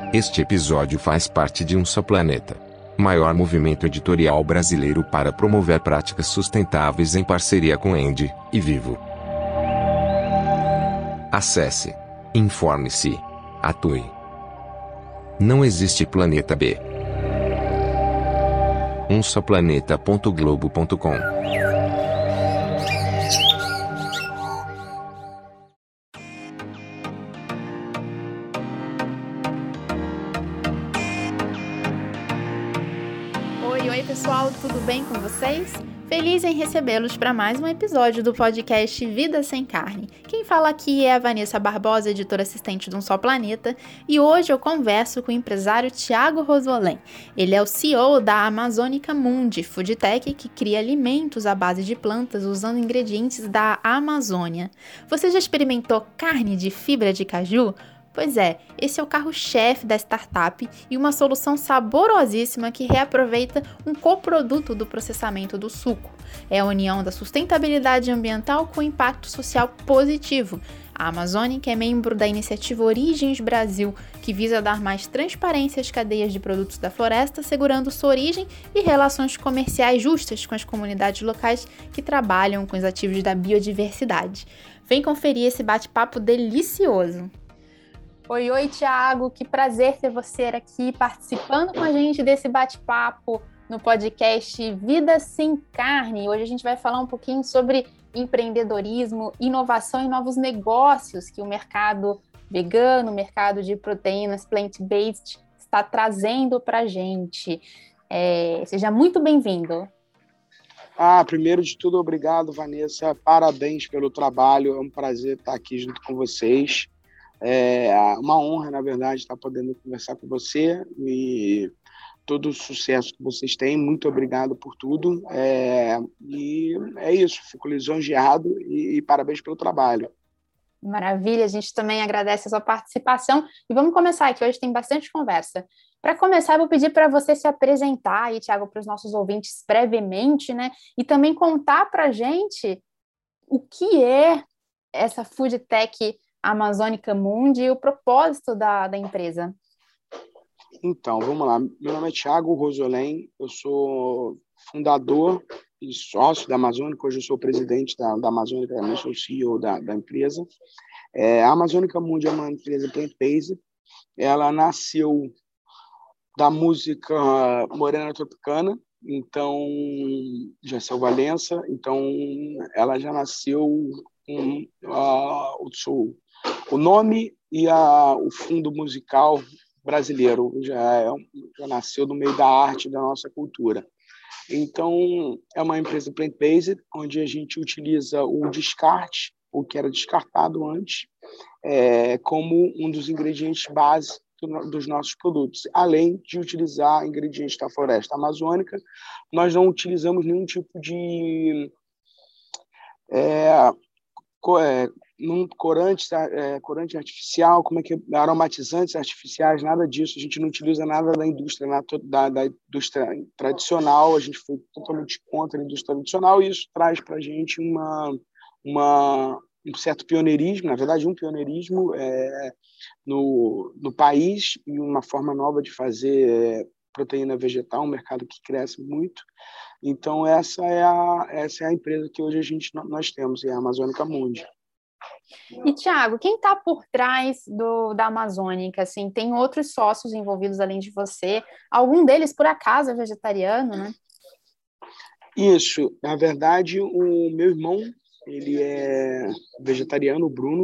Este episódio faz parte de Um Só Planeta, maior movimento editorial brasileiro para promover práticas sustentáveis em parceria com Ende e Vivo. Acesse, informe-se, atue. Não existe planeta B. umsoplaneta.globo.com. Oi pessoal, tudo bem com vocês? Feliz em recebê-los para mais um episódio do podcast Vida Sem Carne. Quem fala aqui é a Vanessa Barbosa, editora assistente de Um Só Planeta, e hoje eu converso com o empresário Thiago Rosolém. Ele é o CEO da Amazônica Mundi, foodtech que cria alimentos à base de plantas usando ingredientes da Amazônia. Você já experimentou carne de fibra de caju? Pois é, esse é o carro-chefe da startup e uma solução saborosíssima que reaproveita um coproduto do processamento do suco. É a união da sustentabilidade ambiental com impacto social positivo. A Amazônica é membro da iniciativa Origens Brasil, que visa dar mais transparência às cadeias de produtos da floresta, assegurando sua origem e relações comerciais justas com as comunidades locais que trabalham com os ativos da biodiversidade. Vem conferir esse bate-papo delicioso! Oi, Thiago, que prazer ter você aqui participando com a gente desse bate-papo no podcast Vida Sem Carne. Hoje a gente vai falar um pouquinho sobre empreendedorismo, inovação e novos negócios que o mercado vegano, o mercado de proteínas plant-based está trazendo para a gente. Seja muito bem-vindo. Primeiro de tudo, obrigado, Vanessa. Parabéns pelo trabalho. É um prazer estar aqui junto com vocês. É uma honra, na verdade, estar podendo conversar com você e todo o sucesso que vocês têm. Muito obrigado por tudo. E é isso, fico lisonjeado e parabéns pelo trabalho. Maravilha, a gente também agradece a sua participação. E vamos começar, que hoje tem bastante conversa. Para começar, eu vou pedir para você se apresentar aí, Thiago, para os nossos ouvintes brevemente, né? E também contar para a gente o que é essa foodtech Amazônica Mundi e o propósito da empresa. Então, vamos lá. Meu nome é Thiago Rosolém, eu sou fundador e sócio da Amazônica, hoje eu sou presidente da Amazônica, também sou CEO da empresa. A Amazônica Mundi é uma empresa plant-based, ela nasceu da música Morena Tropicana, então, Jaciel Valença, então ela já nasceu com o nome e o fundo musical brasileiro já nasceu no meio da arte da nossa cultura. Então, é uma empresa plant-based, onde a gente utiliza o descarte, o que era descartado antes, como um dos ingredientes base dos nossos produtos. Além de utilizar ingredientes da floresta amazônica, nós não utilizamos nenhum tipo de corante artificial, aromatizantes artificiais, nada disso. A gente não utiliza nada da indústria, da indústria tradicional. A gente foi totalmente contra a indústria tradicional e isso traz para a gente um certo pioneirismo, na verdade um pioneirismo no país e uma forma nova de fazer proteína vegetal, um mercado que cresce muito. Então essa é a empresa que hoje nós temos, é a Amazônica Mundi. E, Thiago, quem está por trás da Amazônica? Assim, tem outros sócios envolvidos além de você? Algum deles, por acaso, é vegetariano, né? Isso. Na verdade, o meu irmão, ele é vegetariano, o Bruno.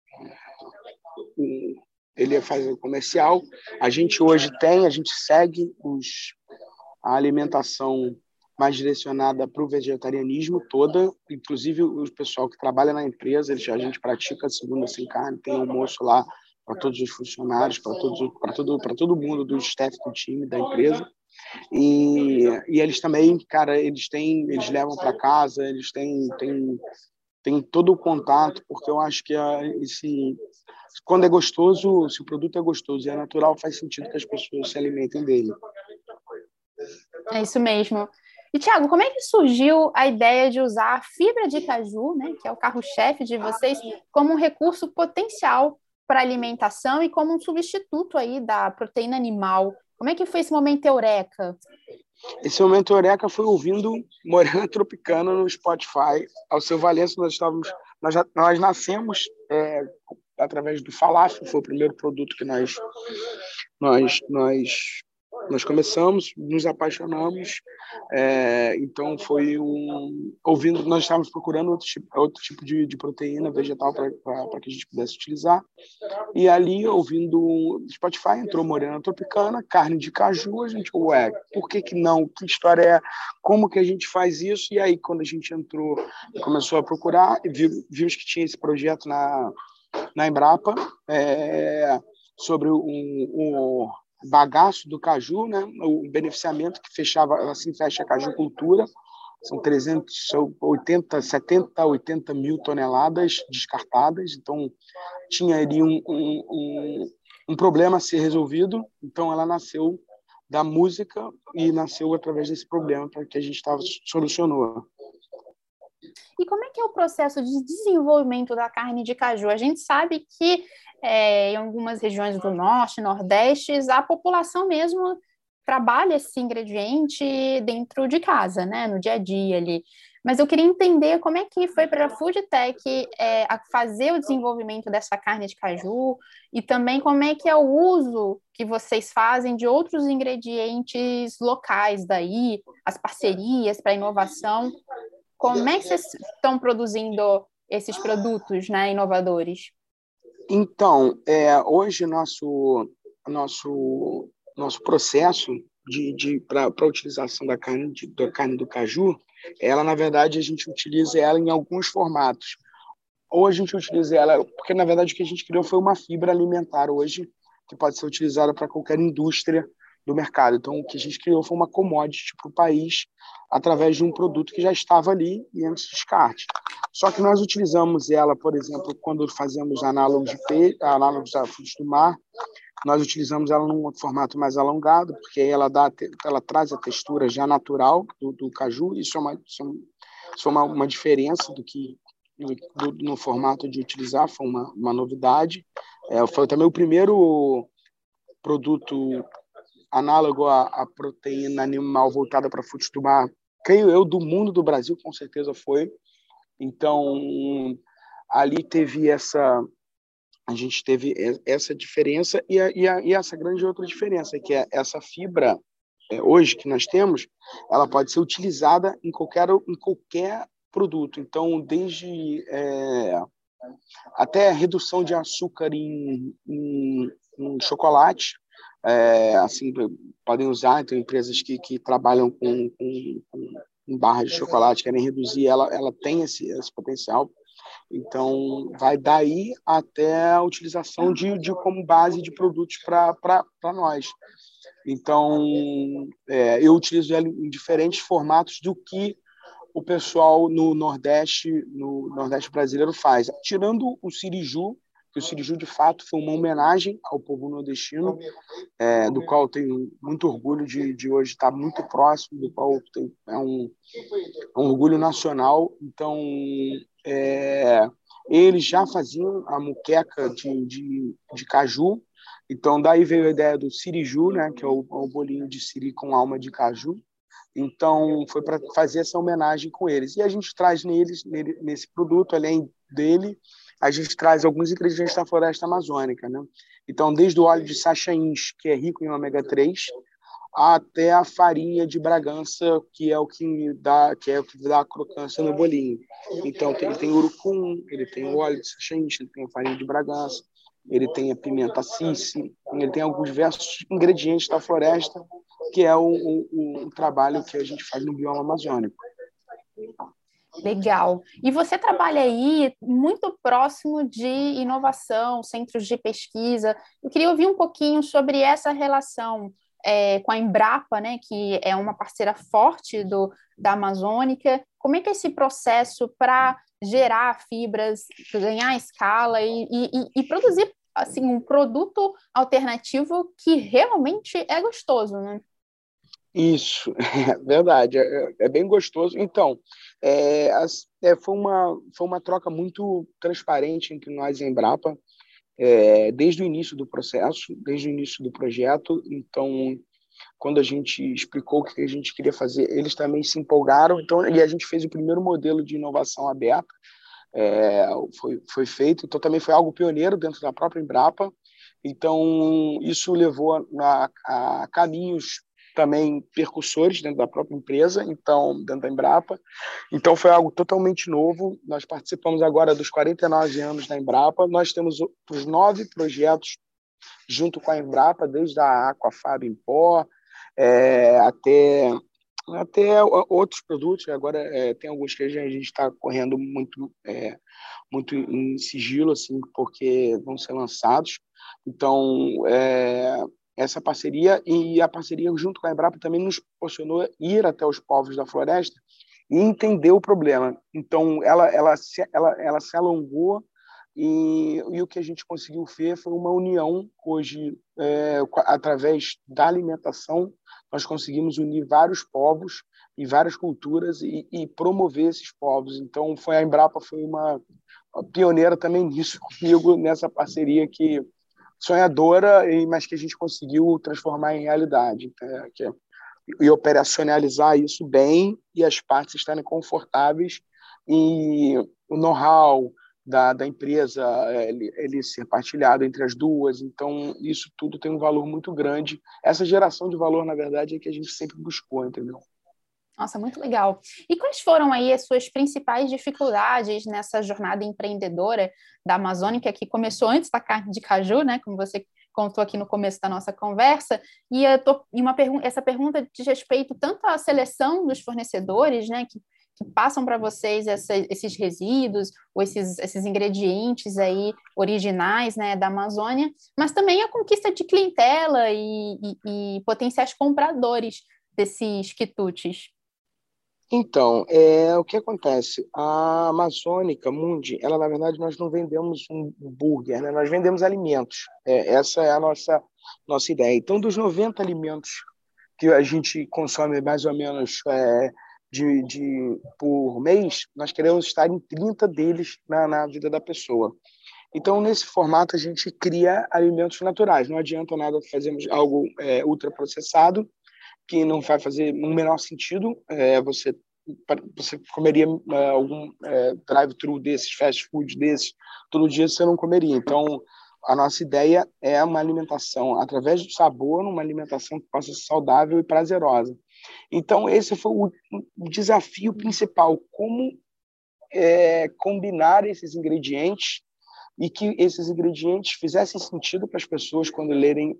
Ele faz o comercial. A gente segue a alimentação mais direcionada para o vegetarianismo toda, inclusive o pessoal que trabalha na empresa, a gente pratica segunda sem carne, tem almoço lá para todos os funcionários, para todo mundo do staff do time da empresa. E eles também, cara, eles levam para casa, eles têm todo o contato, porque eu acho que quando é gostoso, se o produto é gostoso e é natural, faz sentido que as pessoas se alimentem dele. É isso mesmo. E, Thiago, como é que surgiu a ideia de usar a fibra de caju, né, que é o carro-chefe de vocês, como um recurso potencial para alimentação e como um substituto aí da proteína animal. Como é que foi esse momento eureka? Esse momento eureka foi ouvindo Morena Tropicana no Spotify. Alceu Valença, nós nascemos através do falafel, foi o primeiro produto que nós, nós, nós começamos, nos apaixonamos. Então foi ouvindo, nós estávamos procurando outro tipo de proteína vegetal para que a gente pudesse utilizar. E ali, ouvindo Spotify, entrou Morena Tropicana, carne de caju, a gente, por que não? Que história é? Como que a gente faz isso? E aí, quando a gente entrou e começou a procurar, vimos que tinha esse projeto na Embrapa, sobre o bagaço do caju, né? O beneficiamento que fechava, assim fecha a cajucultura. São 70, 80 mil toneladas descartadas. Então, tinha ali um problema a ser resolvido. Então, ela nasceu da música e nasceu através desse problema para que a gente solucionou. E como é que é o processo de desenvolvimento da carne de caju? A gente sabe que em algumas regiões do norte, nordeste, a população mesmo trabalha esse ingrediente dentro de casa, né, no dia a dia ali. Mas eu queria entender como é que foi para a Foodtech a fazer o desenvolvimento dessa carne de caju e também como é que é o uso que vocês fazem de outros ingredientes locais daí, as parcerias para inovação. Como é que vocês estão produzindo esses produtos, né, inovadores? Então, hoje nosso processo para a utilização da carne do caju, ela, na verdade, a gente utiliza ela em alguns formatos. Ou a gente utiliza ela, porque, na verdade, o que a gente criou foi uma fibra alimentar hoje, que pode ser utilizada para qualquer indústria do mercado. Então, o que a gente criou foi uma commodity para o país, através de um produto que já estava ali e antes de descarte. Só que nós utilizamos ela, por exemplo, quando fazemos análogos a frutos do mar, nós utilizamos ela num formato mais alongado, porque ela traz a textura já natural do caju. Isso é uma diferença do que no formato de utilizar, foi uma novidade. Foi também o primeiro produto análogo à proteína animal voltada para frutos do mar, creio eu, do mundo, do Brasil, com certeza foi. Então, ali a gente teve essa diferença e essa grande outra diferença, que é essa fibra, hoje, que nós temos, ela pode ser utilizada em qualquer produto. Então, desde até redução de açúcar em chocolate, assim, podem usar. Então, empresas que trabalham com barras de chocolate, querem reduzir, ela tem esse potencial. Então, vai daí até a utilização de como base de produtos para nós. Então, eu utilizo ela em diferentes formatos do que o pessoal no Nordeste brasileiro faz. Tirando o siriju, que o siriju, de fato, foi uma homenagem ao povo nordestino, do qual eu tenho muito orgulho de hoje estar muito próximo, do qual é um orgulho nacional. Então, eles já faziam a muqueca de caju. Então, daí veio a ideia do siriju, né, que é o bolinho de siri com alma de caju. Então, foi para fazer essa homenagem com eles. E a gente traz nesse produto, além dele, a gente traz alguns ingredientes da floresta amazônica, né? Então, desde o óleo de sachains, que é rico em ômega 3, até a farinha de Bragança, que é o que dá a crocância no bolinho. Então, ele tem urucum, ele tem o óleo de sachains, ele tem a farinha de Bragança, ele tem a pimenta cici, ele tem alguns diversos ingredientes da floresta, que é o trabalho que a gente faz no bioma amazônico. Legal. E você trabalha aí muito próximo de inovação, centros de pesquisa. Eu queria ouvir um pouquinho sobre essa relação com a Embrapa, né, que é uma parceira forte da Amazônica. Como é que é esse processo para gerar fibras, ganhar escala e produzir assim, um produto alternativo que realmente é gostoso, né? Isso, é verdade, é bem gostoso. Então, foi uma troca muito transparente entre nós e a Embrapa. desde o início do processo, desde o início do projeto. Então, quando a gente explicou o que a gente queria fazer, eles também se empolgaram. Então, e a gente fez o primeiro modelo de inovação aberta, foi feito. Então, também foi algo pioneiro dentro da própria Embrapa. Então, isso levou a caminhos também percussores dentro da própria empresa, então, dentro da Embrapa. Então, foi algo totalmente novo. Nós participamos agora dos 49 anos da Embrapa. Nós temos os 9 projetos junto com a Embrapa, desde a Aquafab em pó, até outros produtos. Agora, tem alguns que a gente está correndo muito em sigilo, assim, porque vão ser lançados. Então, essa parceria e a parceria junto com a Embrapa também nos proporcionou ir até os povos da floresta e entender o problema. Então, ela se alongou e o que a gente conseguiu ver foi uma união. Hoje, através da alimentação, nós conseguimos unir vários povos e várias culturas e promover esses povos. Então, a Embrapa foi uma pioneira também nisso comigo, nessa parceria que sonhadora, mas que a gente conseguiu transformar em realidade, e operacionalizar isso bem e as partes estarem confortáveis e o know-how da empresa ele ser partilhado entre as duas. Então, isso tudo tem um valor muito grande. Essa geração de valor, na verdade, é que a gente sempre buscou, entendeu? Nossa, muito legal. E quais foram aí as suas principais dificuldades nessa jornada empreendedora da Amazônica, que começou antes da carne de caju, né? Como você contou aqui no começo da nossa conversa, e essa pergunta diz respeito tanto à seleção dos fornecedores, né, que passam para vocês esses resíduos ou esses ingredientes aí originais, né, da Amazônia, mas também a conquista de clientela e potenciais compradores desses quitutes. Então, o que acontece? A Amazônica Mundi, ela, na verdade, nós não vendemos um burger, né? Nós vendemos alimentos. Essa é a nossa ideia. Então, dos 90 alimentos que a gente consome mais ou menos por mês, nós queremos estar em 30 deles na vida da pessoa. Então, nesse formato, a gente cria alimentos naturais. Não adianta nada fazermos algo ultraprocessado, que não vai fazer o menor sentido. Você comeria algum drive-thru desses, fast food desses, todo dia você não comeria. Então, a nossa ideia é uma alimentação através do sabor, uma alimentação que possa ser saudável e prazerosa. Então, esse foi o desafio principal, como combinar esses ingredientes e que esses ingredientes fizessem sentido para as pessoas quando lerem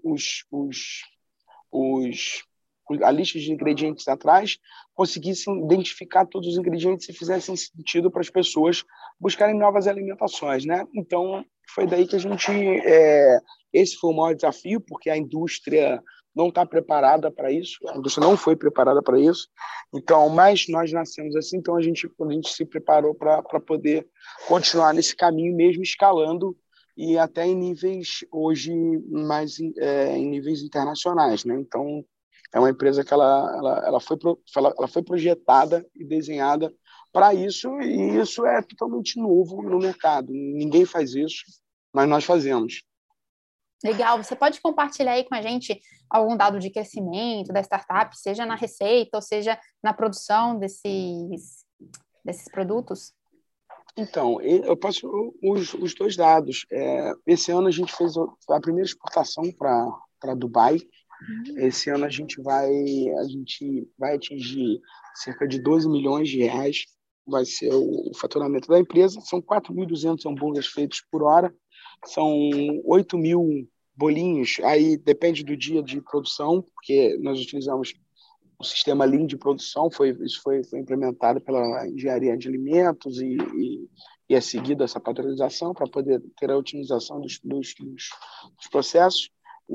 a lista de ingredientes atrás, conseguissem identificar todos os ingredientes e fizessem sentido para as pessoas buscarem novas alimentações, né? Então, foi daí que esse foi o maior desafio, porque a indústria não está preparada para isso, a indústria não foi preparada para isso. Então, mas nós nascemos assim, então a gente se preparou para poder continuar nesse caminho, mesmo escalando e até em níveis hoje mais em níveis internacionais, né? Então, é uma empresa que ela foi projetada e desenhada para isso, e isso é totalmente novo no mercado. Ninguém faz isso, mas nós fazemos. Legal. Você pode compartilhar aí com a gente algum dado de crescimento da startup, seja na receita ou seja na produção desses produtos? Então, eu passo os dois dados. Esse ano a gente fez a primeira exportação para Dubai. Esse ano a gente vai atingir cerca de 12 milhões de reais. Vai ser o faturamento da empresa. São 4.200 hambúrgueres feitos por hora. São 8.000 bolinhos. Aí depende do dia de produção, porque nós utilizamos o sistema Lean de produção. Isso foi implementado pela engenharia de alimentos e é seguida essa padronização para poder ter a otimização dos processos.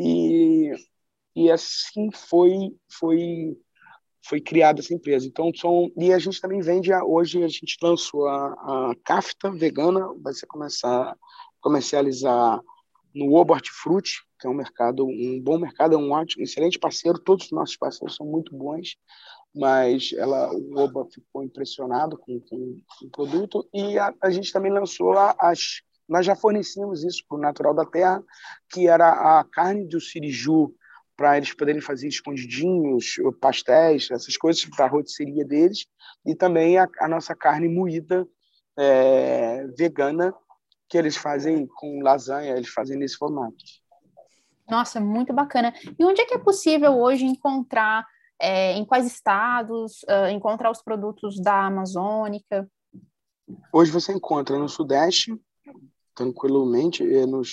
E assim foi criada essa empresa. Então, e a gente também vende, hoje a gente lançou a kafta vegana, vai ser começar a comercializar no Obo Hortifruti, que é um bom mercado, um excelente parceiro. Todos os nossos parceiros são muito bons, mas o Oba ficou impressionado com o produto. E a gente também lançou as nós já fornecíamos isso para o Natural da Terra, que era a carne do siriju, para eles poderem fazer escondidinhos, pastéis, essas coisas para a rotisserie deles, e também a nossa carne moída vegana, que eles fazem com lasanha, eles fazem nesse formato. Nossa, muito bacana. E onde é que é possível hoje encontrar, em quais estados, encontrar os produtos da Amazônica? Hoje você encontra no Sudeste, tranquilamente,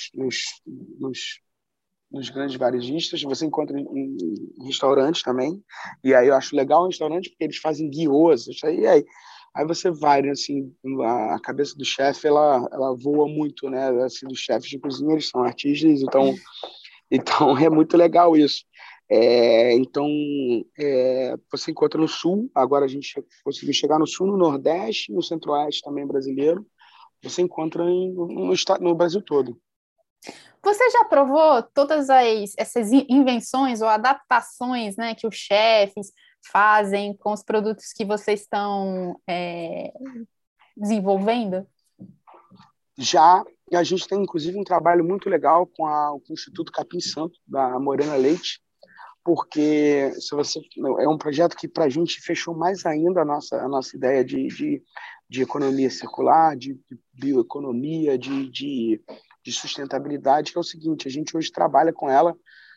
nos grandes varejistas, você encontra em restaurantes também, e aí eu acho legal o restaurante porque eles fazem guiôs, aí você vai, né, assim, a cabeça do chefe, ela voa muito, né, assim, dos chefes de cozinha, eles são artistas, então é muito legal isso. Então, você encontra no Sul, agora a gente conseguiu chegar no Sul, no Nordeste, no Centro-Oeste também brasileiro, você encontra no Brasil todo. Você já provou todas essas invenções ou adaptações, né, que os chefes fazem com os produtos que vocês estão desenvolvendo? Já, e a gente tem inclusive um trabalho muito legal com o Instituto Capim Santo, da Morena Leite, porque é um projeto que para a gente fechou mais ainda a nossa ideia de economia circular, de bioeconomia, de sustentabilidade, que é o seguinte: a gente hoje trabalha com ela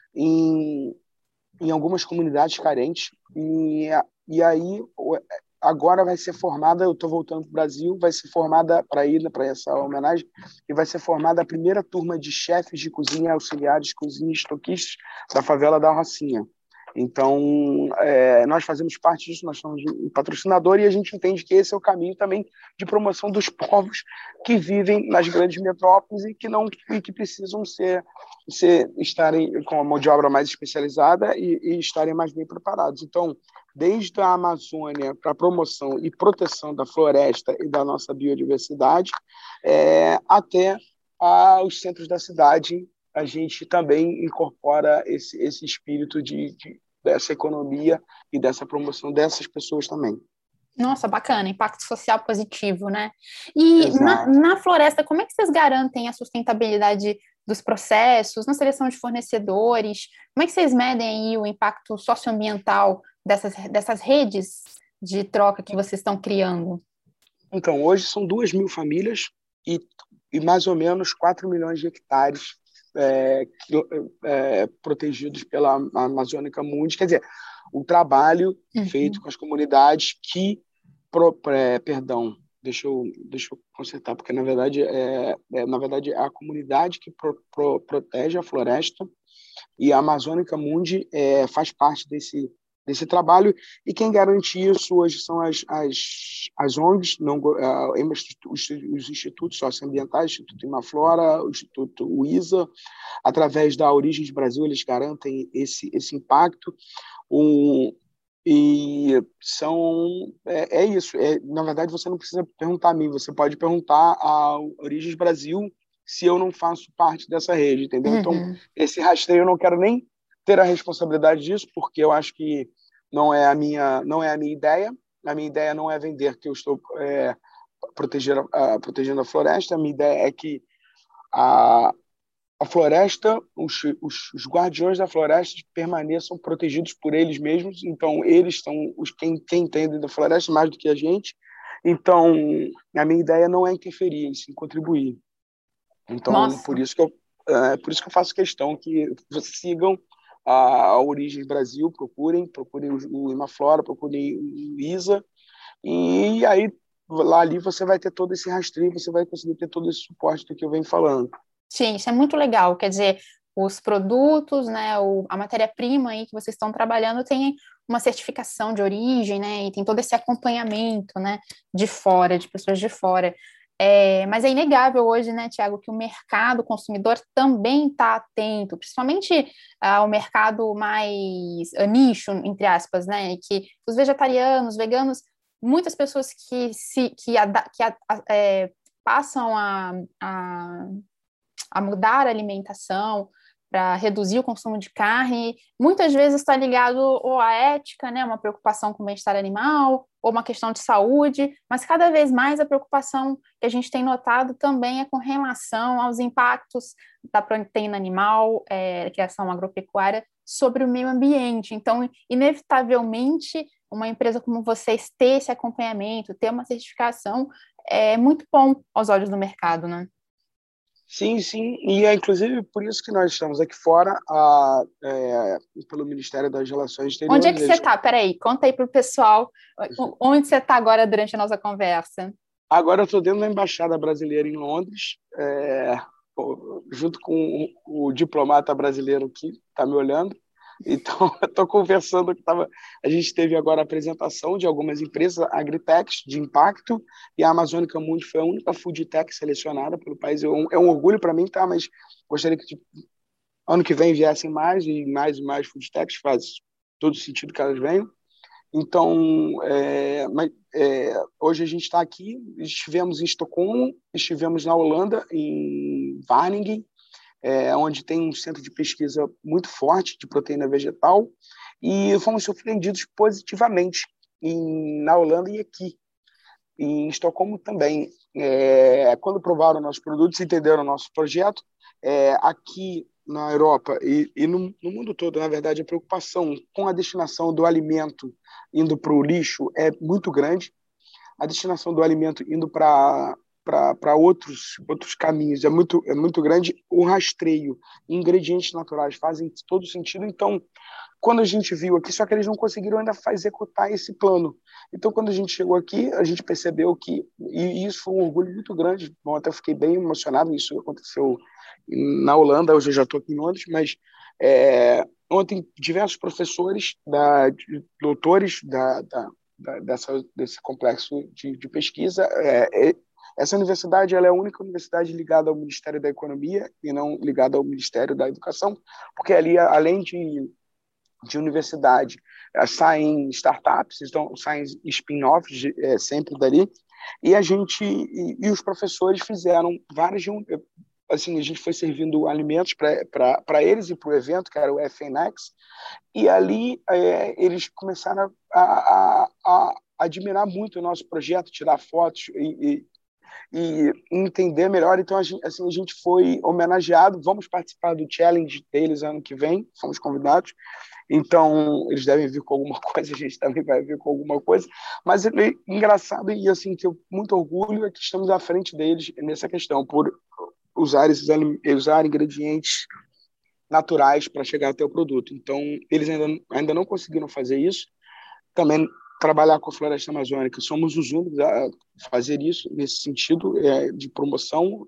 em algumas comunidades carentes, e aí agora vai ser formada, eu estou voltando para o Brasil, vai ser formada para essa homenagem, e vai ser formada a primeira turma de chefes de cozinha, auxiliares de cozinha e estoquistas da favela da Rocinha. Então, nós fazemos parte disso, nós somos um patrocinador e a gente entende que esse é o caminho também de promoção dos povos que vivem nas grandes metrópoles e que precisam estarem com a mão de obra mais especializada e estarem mais bem preparados. Então, desde a Amazônia para a promoção e proteção da floresta e da nossa biodiversidade, até os centros da cidade, a gente também incorpora esse espírito dessa economia e dessa promoção dessas pessoas também. Nossa, bacana, impacto social positivo, né? E Exato. na floresta, como é que vocês garantem a sustentabilidade dos processos, na seleção de fornecedores? Como é que vocês medem aí o impacto socioambiental dessas redes de troca que vocês estão criando? Então, hoje são 2.000 famílias e mais ou menos 4 milhões de hectares protegidos pela Amazônica Mundi. Quer dizer, o trabalho feito com as comunidades perdão, deixa eu consertar, porque na verdade é a comunidade que protege a floresta, e a Amazônica Mundi faz parte desse trabalho, e quem garante isso hoje são as ONGs, os institutos socioambientais, o Instituto Imaflora, o Instituto UISA, através da Origens Brasil, eles garantem esse impacto. E é isso. Na verdade, você não precisa perguntar a mim, você pode perguntar a Origens Brasil se eu não faço parte dessa rede, entendeu? Então, esse rastreio eu não quero nem ter a responsabilidade disso, porque eu acho que não é a minha ideia. A minha ideia não é vender que eu estou protegendo a floresta. A minha ideia é que a floresta, os guardiões da floresta permaneçam protegidos por eles mesmos. Então, eles são quem entendem da floresta mais do que a gente. Então, a minha ideia não é interferir, sim contribuir. Então, por isso que eu faço questão que vocês sigam a Origens Brasil, procurem o Imaflora, procurem o ISA, e aí lá ali você vai ter todo esse rastreio, você vai conseguir ter todo esse suporte do que eu venho falando. Sim, isso é muito legal, quer dizer, os produtos, né, a matéria-prima aí que vocês estão trabalhando tem uma certificação de origem, né, e tem todo esse acompanhamento, né, de fora, de pessoas de fora. Mas é inegável hoje, né, Tiago, que o mercado consumidor também está atento, principalmente ao mercado mais nicho, entre aspas, né, que os vegetarianos, veganos, muitas pessoas que passam a mudar a alimentação, para reduzir o consumo de carne, muitas vezes está ligado ou à ética, né, uma preocupação com o bem-estar animal, ou uma questão de saúde, mas cada vez mais a preocupação que a gente tem notado também é com relação aos impactos da proteína animal, criação agropecuária, sobre o meio ambiente. Então, inevitavelmente, uma empresa como vocês ter esse acompanhamento, ter uma certificação, é muito bom aos olhos do mercado, né? Sim, sim, e é inclusive por isso que nós estamos aqui fora, pelo Ministério das Relações Onde é Exteriores. que você está? Peraí, conta aí para o pessoal onde você está agora durante a nossa conversa. Agora eu estou dentro da Embaixada Brasileira em Londres, junto com o diplomata brasileiro que está me olhando. Então, eu estou conversando, a gente teve agora a apresentação de algumas empresas agritechs de impacto, e a Amazônica Mundi foi a única food tech selecionada pelo país. É um orgulho para mim, tá? Mas gostaria que ano que vem viessem mais e mais food techs, faz todo sentido que elas venham. Então, hoje a gente está aqui, estivemos em Estocolmo, estivemos na Holanda, em Wageningen, onde tem um centro de pesquisa muito forte de proteína vegetal, e fomos surpreendidos positivamente na Holanda e aqui. Em Estocolmo também. Quando provaram nossos produtos, entenderam o nosso projeto, aqui na Europa e no mundo todo, na verdade, a preocupação com a destinação do alimento indo para o lixo é muito grande. A destinação do alimento indo para outros caminhos é muito grande. O rastreio, ingredientes naturais fazem todo sentido. Então, quando a gente viu aqui, só que eles não conseguiram ainda executar esse plano. Então, quando a gente chegou aqui, a gente percebeu e isso foi um orgulho muito grande. Bom, até fiquei bem emocionado. Isso aconteceu na Holanda, hoje eu já estou aqui em Londres, mas ontem diversos professores, doutores desse complexo de pesquisa. Essa universidade ela é a única universidade ligada ao Ministério da Economia e não ligada ao Ministério da Educação, porque ali, além de universidade, saem startups, então saem spin-offs sempre dali, e os professores fizeram várias, assim, a gente foi servindo alimentos para eles e para o evento, que era o FNX, e ali eles começaram a admirar muito o nosso projeto, tirar fotos e entender melhor. Então, a gente foi homenageado. Vamos participar do challenge deles ano que vem, fomos convidados. Então, eles devem vir com alguma coisa, a gente também vai vir com alguma coisa. Mas é engraçado e assim, que eu muito orgulho é que estamos à frente deles nessa questão, por usar ingredientes naturais para chegar até o produto. Então, eles ainda não conseguiram fazer isso. Também trabalhar com a floresta amazônica, somos os únicos a fazer isso nesse sentido de promoção.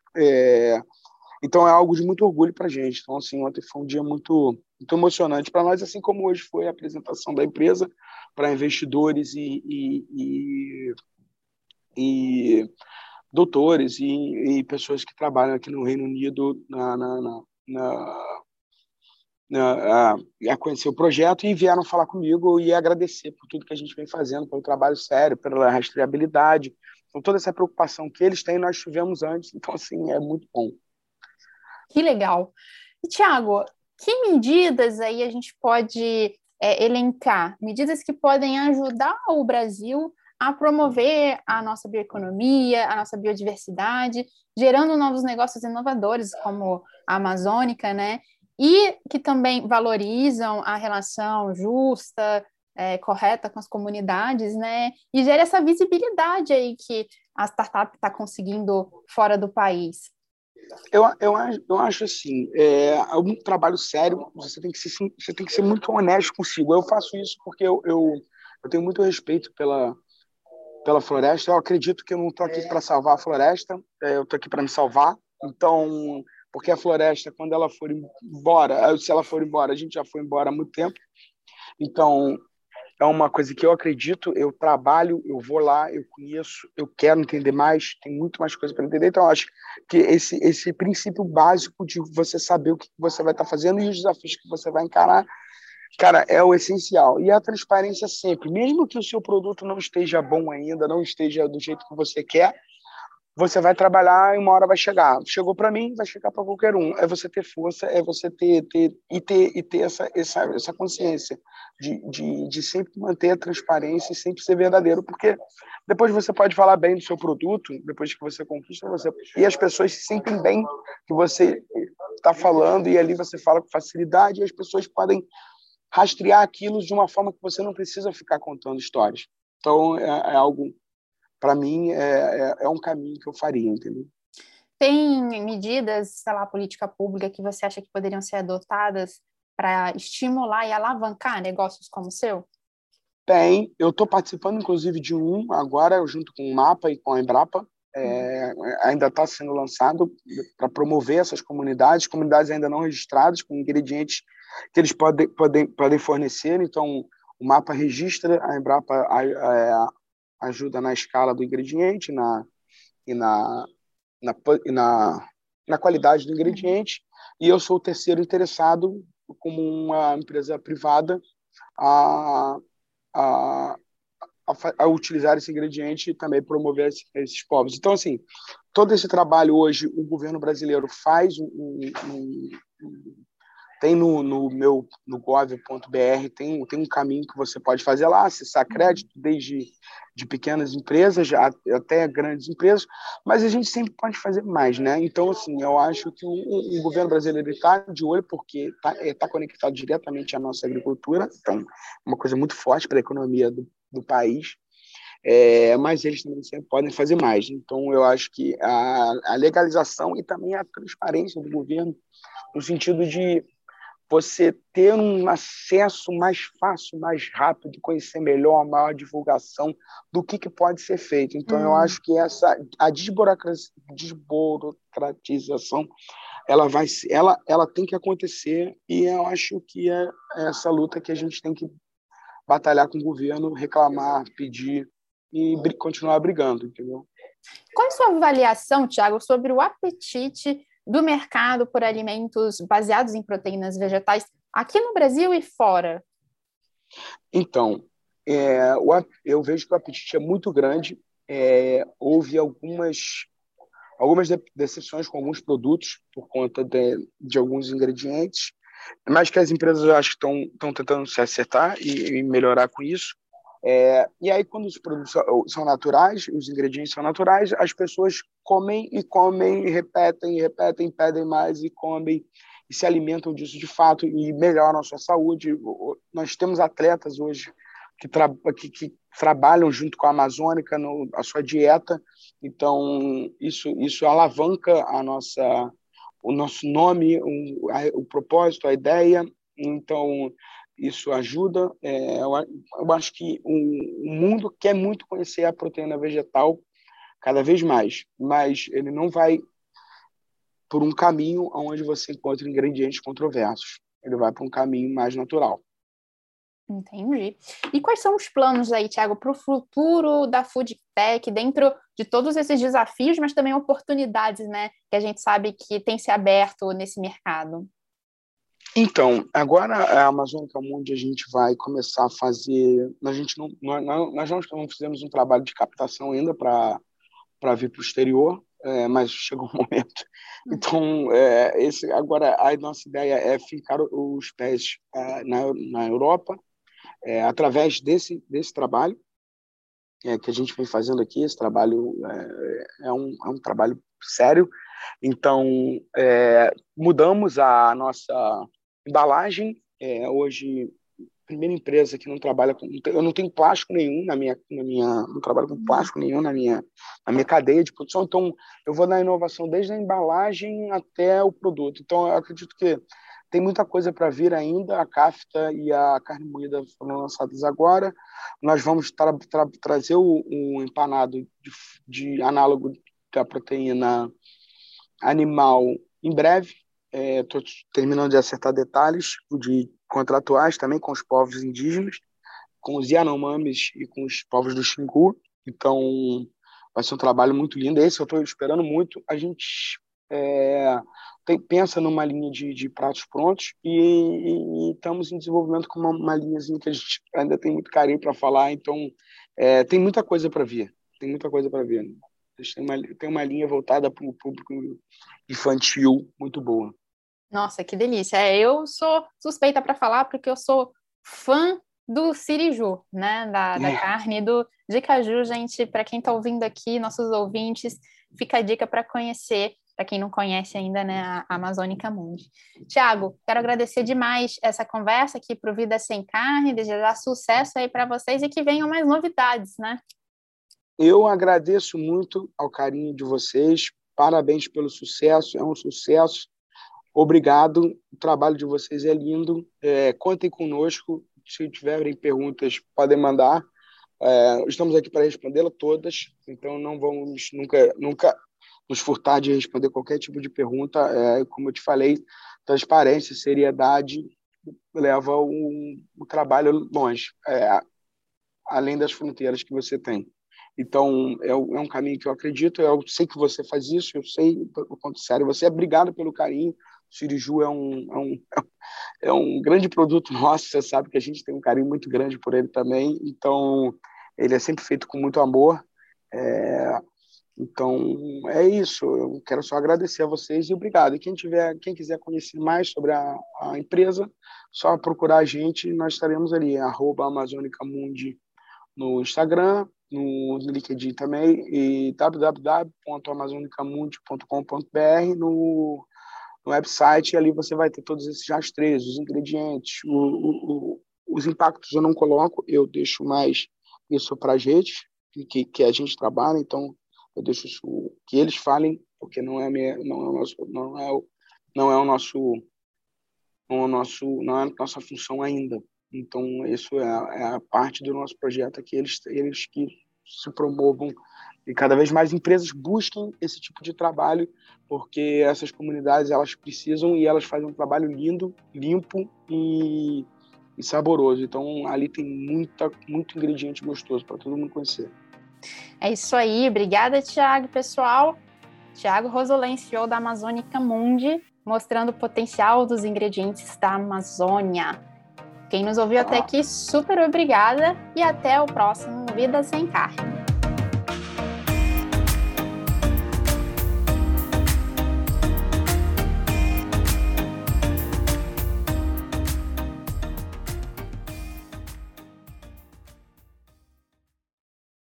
Então, é algo de muito orgulho para a gente. Então, assim, ontem foi um dia muito emocionante para nós, assim como hoje foi a apresentação da empresa para investidores e doutores e pessoas que trabalham aqui no Reino Unido a conhecer o projeto e vieram falar comigo e agradecer por tudo que a gente vem fazendo, pelo trabalho sério, pela rastreabilidade. Então, toda essa preocupação que eles têm, nós tivemos antes. Então, assim, é muito bom. Que legal. E, Thiago, que medidas aí a gente pode elencar? Medidas que podem ajudar o Brasil a promover a nossa bioeconomia, a nossa biodiversidade, gerando novos negócios inovadores, como a Amazônica, né? E que também valorizam a relação justa, correta com as comunidades, né? E gera essa visibilidade aí que a startup está conseguindo fora do país. Eu acho assim, um trabalho sério, você tem que ser muito honesto consigo. Eu faço isso porque eu tenho muito respeito pela floresta. Eu acredito que eu não estou aqui para salvar a floresta, eu estou aqui para me salvar. Então, porque a floresta, quando ela for embora, se ela for embora, a gente já foi embora há muito tempo. Então, é uma coisa que eu acredito, eu trabalho, eu vou lá, eu conheço, eu quero entender mais, tem muito mais coisa para entender. Então, eu acho que esse princípio básico de você saber o que você vai estar fazendo e os desafios que você vai encarar, cara, é o essencial. E a transparência sempre, mesmo que o seu produto não esteja bom ainda, não esteja do jeito que você quer, você vai trabalhar e uma hora vai chegar. Chegou para mim, vai chegar para qualquer um. É você ter força, é você ter essa consciência de sempre manter a transparência e sempre ser verdadeiro, porque depois você pode falar bem do seu produto, depois que você conquista, e as pessoas se sentem bem que você está falando, e ali você fala com facilidade, e as pessoas podem rastrear aquilo de uma forma que você não precisa ficar contando histórias. Então, é algo, para mim, é um caminho que eu faria, entendeu? Tem medidas, sei lá, política pública que você acha que poderiam ser adotadas para estimular e alavancar negócios como o seu? Tem, eu estou participando, inclusive, de um agora, junto com o MAPA e com a Embrapa. Ainda está sendo lançado para promover essas comunidades ainda não registradas, com ingredientes que eles podem fornecer. Então, o MAPA registra, a Embrapa ajuda na escala do ingrediente e na qualidade do ingrediente. E eu sou o terceiro interessado, como uma empresa privada, a utilizar esse ingrediente e também promover esses povos. Então, assim, todo esse trabalho hoje o governo brasileiro faz, tem no gov.br, tem um caminho que você pode fazer lá, acessar crédito, desde de pequenas empresas até grandes empresas, mas a gente sempre pode fazer mais, né? Então, assim, eu acho que o governo brasileiro está de olho porque está conectado diretamente à nossa agricultura, então é uma coisa muito forte para a economia do país, mas eles também sempre podem fazer mais. Então, eu acho que a legalização e também a transparência do governo, no sentido de você ter um acesso mais fácil, mais rápido, conhecer melhor, a maior divulgação do que pode ser feito. Então, eu acho que a desburocratização ela tem que acontecer, e eu acho que é essa luta que a gente tem que batalhar com o governo, reclamar, pedir e continuar brigando, entendeu? Qual é a sua avaliação, Thiago, sobre o apetite do mercado por alimentos baseados em proteínas vegetais aqui no Brasil e fora? Então, eu vejo que o apetite é muito grande. Houve algumas decepções com alguns produtos por conta de alguns ingredientes, mas que as empresas eu acho que estão tentando se acertar e melhorar com isso. E aí, quando os produtos são naturais, os ingredientes são naturais, as pessoas comem, e repetem, pedem mais e comem, e se alimentam disso de fato e melhoram a sua saúde. Nós temos atletas hoje que trabalham junto com a Amazônica a sua dieta, então isso alavanca o nosso nome, o propósito, a ideia. Então, isso ajuda. Eu acho que o mundo quer muito conhecer a proteína vegetal cada vez mais, mas ele não vai por um caminho onde você encontra ingredientes controversos. Ele vai para um caminho mais natural. Entendi. E quais são os planos aí, Thiago, para o futuro da Food Tech, dentro de todos esses desafios, mas também oportunidades, né, que a gente sabe que tem se aberto nesse mercado? Então, agora a Amazônica Mundi a gente vai começar a fazer. Nós não fizemos um trabalho de captação ainda para vir para o exterior, mas chegou um momento. Então, agora a nossa ideia é ficar os pés na Europa, através desse trabalho que a gente vem fazendo aqui. Esse trabalho é um trabalho sério. Então, mudamos a nossa embalagem. Hoje, primeira empresa que não trabalha com... Eu não tenho plástico nenhum não trabalho com plástico nenhum na minha cadeia de produção. Então, eu vou na inovação desde a embalagem até o produto. Então, eu acredito que tem muita coisa para vir ainda. A Kafta e a carne moída foram lançadas agora. Nós vamos trazer o empanado de análogo da proteína animal em breve. Estou terminando de acertar detalhes contratuais também com os povos indígenas, com os Yanomamis e com os povos do Xingu. Então, vai ser um trabalho muito lindo. Esse eu estou esperando muito. A gente pensa numa linha de pratos prontos e estamos em desenvolvimento com uma linhazinha que a gente ainda tem muito carinho para falar. Então, tem muita coisa para vir. Tem muita coisa para vir. Eles têm uma linha voltada para o público infantil muito boa. Nossa, que delícia. Eu sou suspeita para falar porque eu sou fã do siriju, né? Da carne de caju, gente. Para quem está ouvindo aqui, nossos ouvintes, fica a dica para conhecer, para quem não conhece ainda, né, a Amazônica Mundi. Tiago, quero agradecer demais essa conversa aqui para o Vida Sem Carne, desejar sucesso aí para vocês e que venham mais novidades, né? Eu agradeço muito ao carinho de vocês, parabéns pelo sucesso, é um sucesso. Obrigado, o trabalho de vocês é lindo. Contem conosco, se tiverem perguntas, podem mandar. Estamos aqui para respondê-las todas, então não vamos nunca nos furtar de responder qualquer tipo de pergunta. Como eu te falei, transparência, seriedade leva o trabalho longe, além das fronteiras que você tem. Então, é um caminho que eu acredito, eu sei que você faz isso, eu sei o quanto sério você é. Obrigado pelo carinho. O siriju é um grande produto nosso, você sabe que a gente tem um carinho muito grande por ele também, então ele é sempre feito com muito amor. Então, é isso, eu quero só agradecer a vocês e obrigado. E quem quiser conhecer mais sobre a empresa, só procurar a gente, nós estaremos ali, @amazonicamundi no Instagram, no LinkedIn também, e www.amazonicamundi.com.br no website, e ali você vai ter todos esses rastreios, os ingredientes, os impactos eu não coloco, eu deixo mais isso para a gente, que a gente trabalha, então eu deixo isso que eles falem, porque não é a nossa função ainda. Então, isso é a parte do nosso projeto, que eles que se promovam e cada vez mais empresas busquem esse tipo de trabalho, porque essas comunidades elas precisam e elas fazem um trabalho lindo, limpo e saboroso. Então, ali tem muito ingrediente gostoso para todo mundo conhecer. É isso aí. Obrigada, Tiago, pessoal. Tiago Rosolém, CEO da Amazônica Mundi, mostrando o potencial dos ingredientes da Amazônia. Quem nos ouviu até aqui, super obrigada e até o próximo Vida Sem Carne.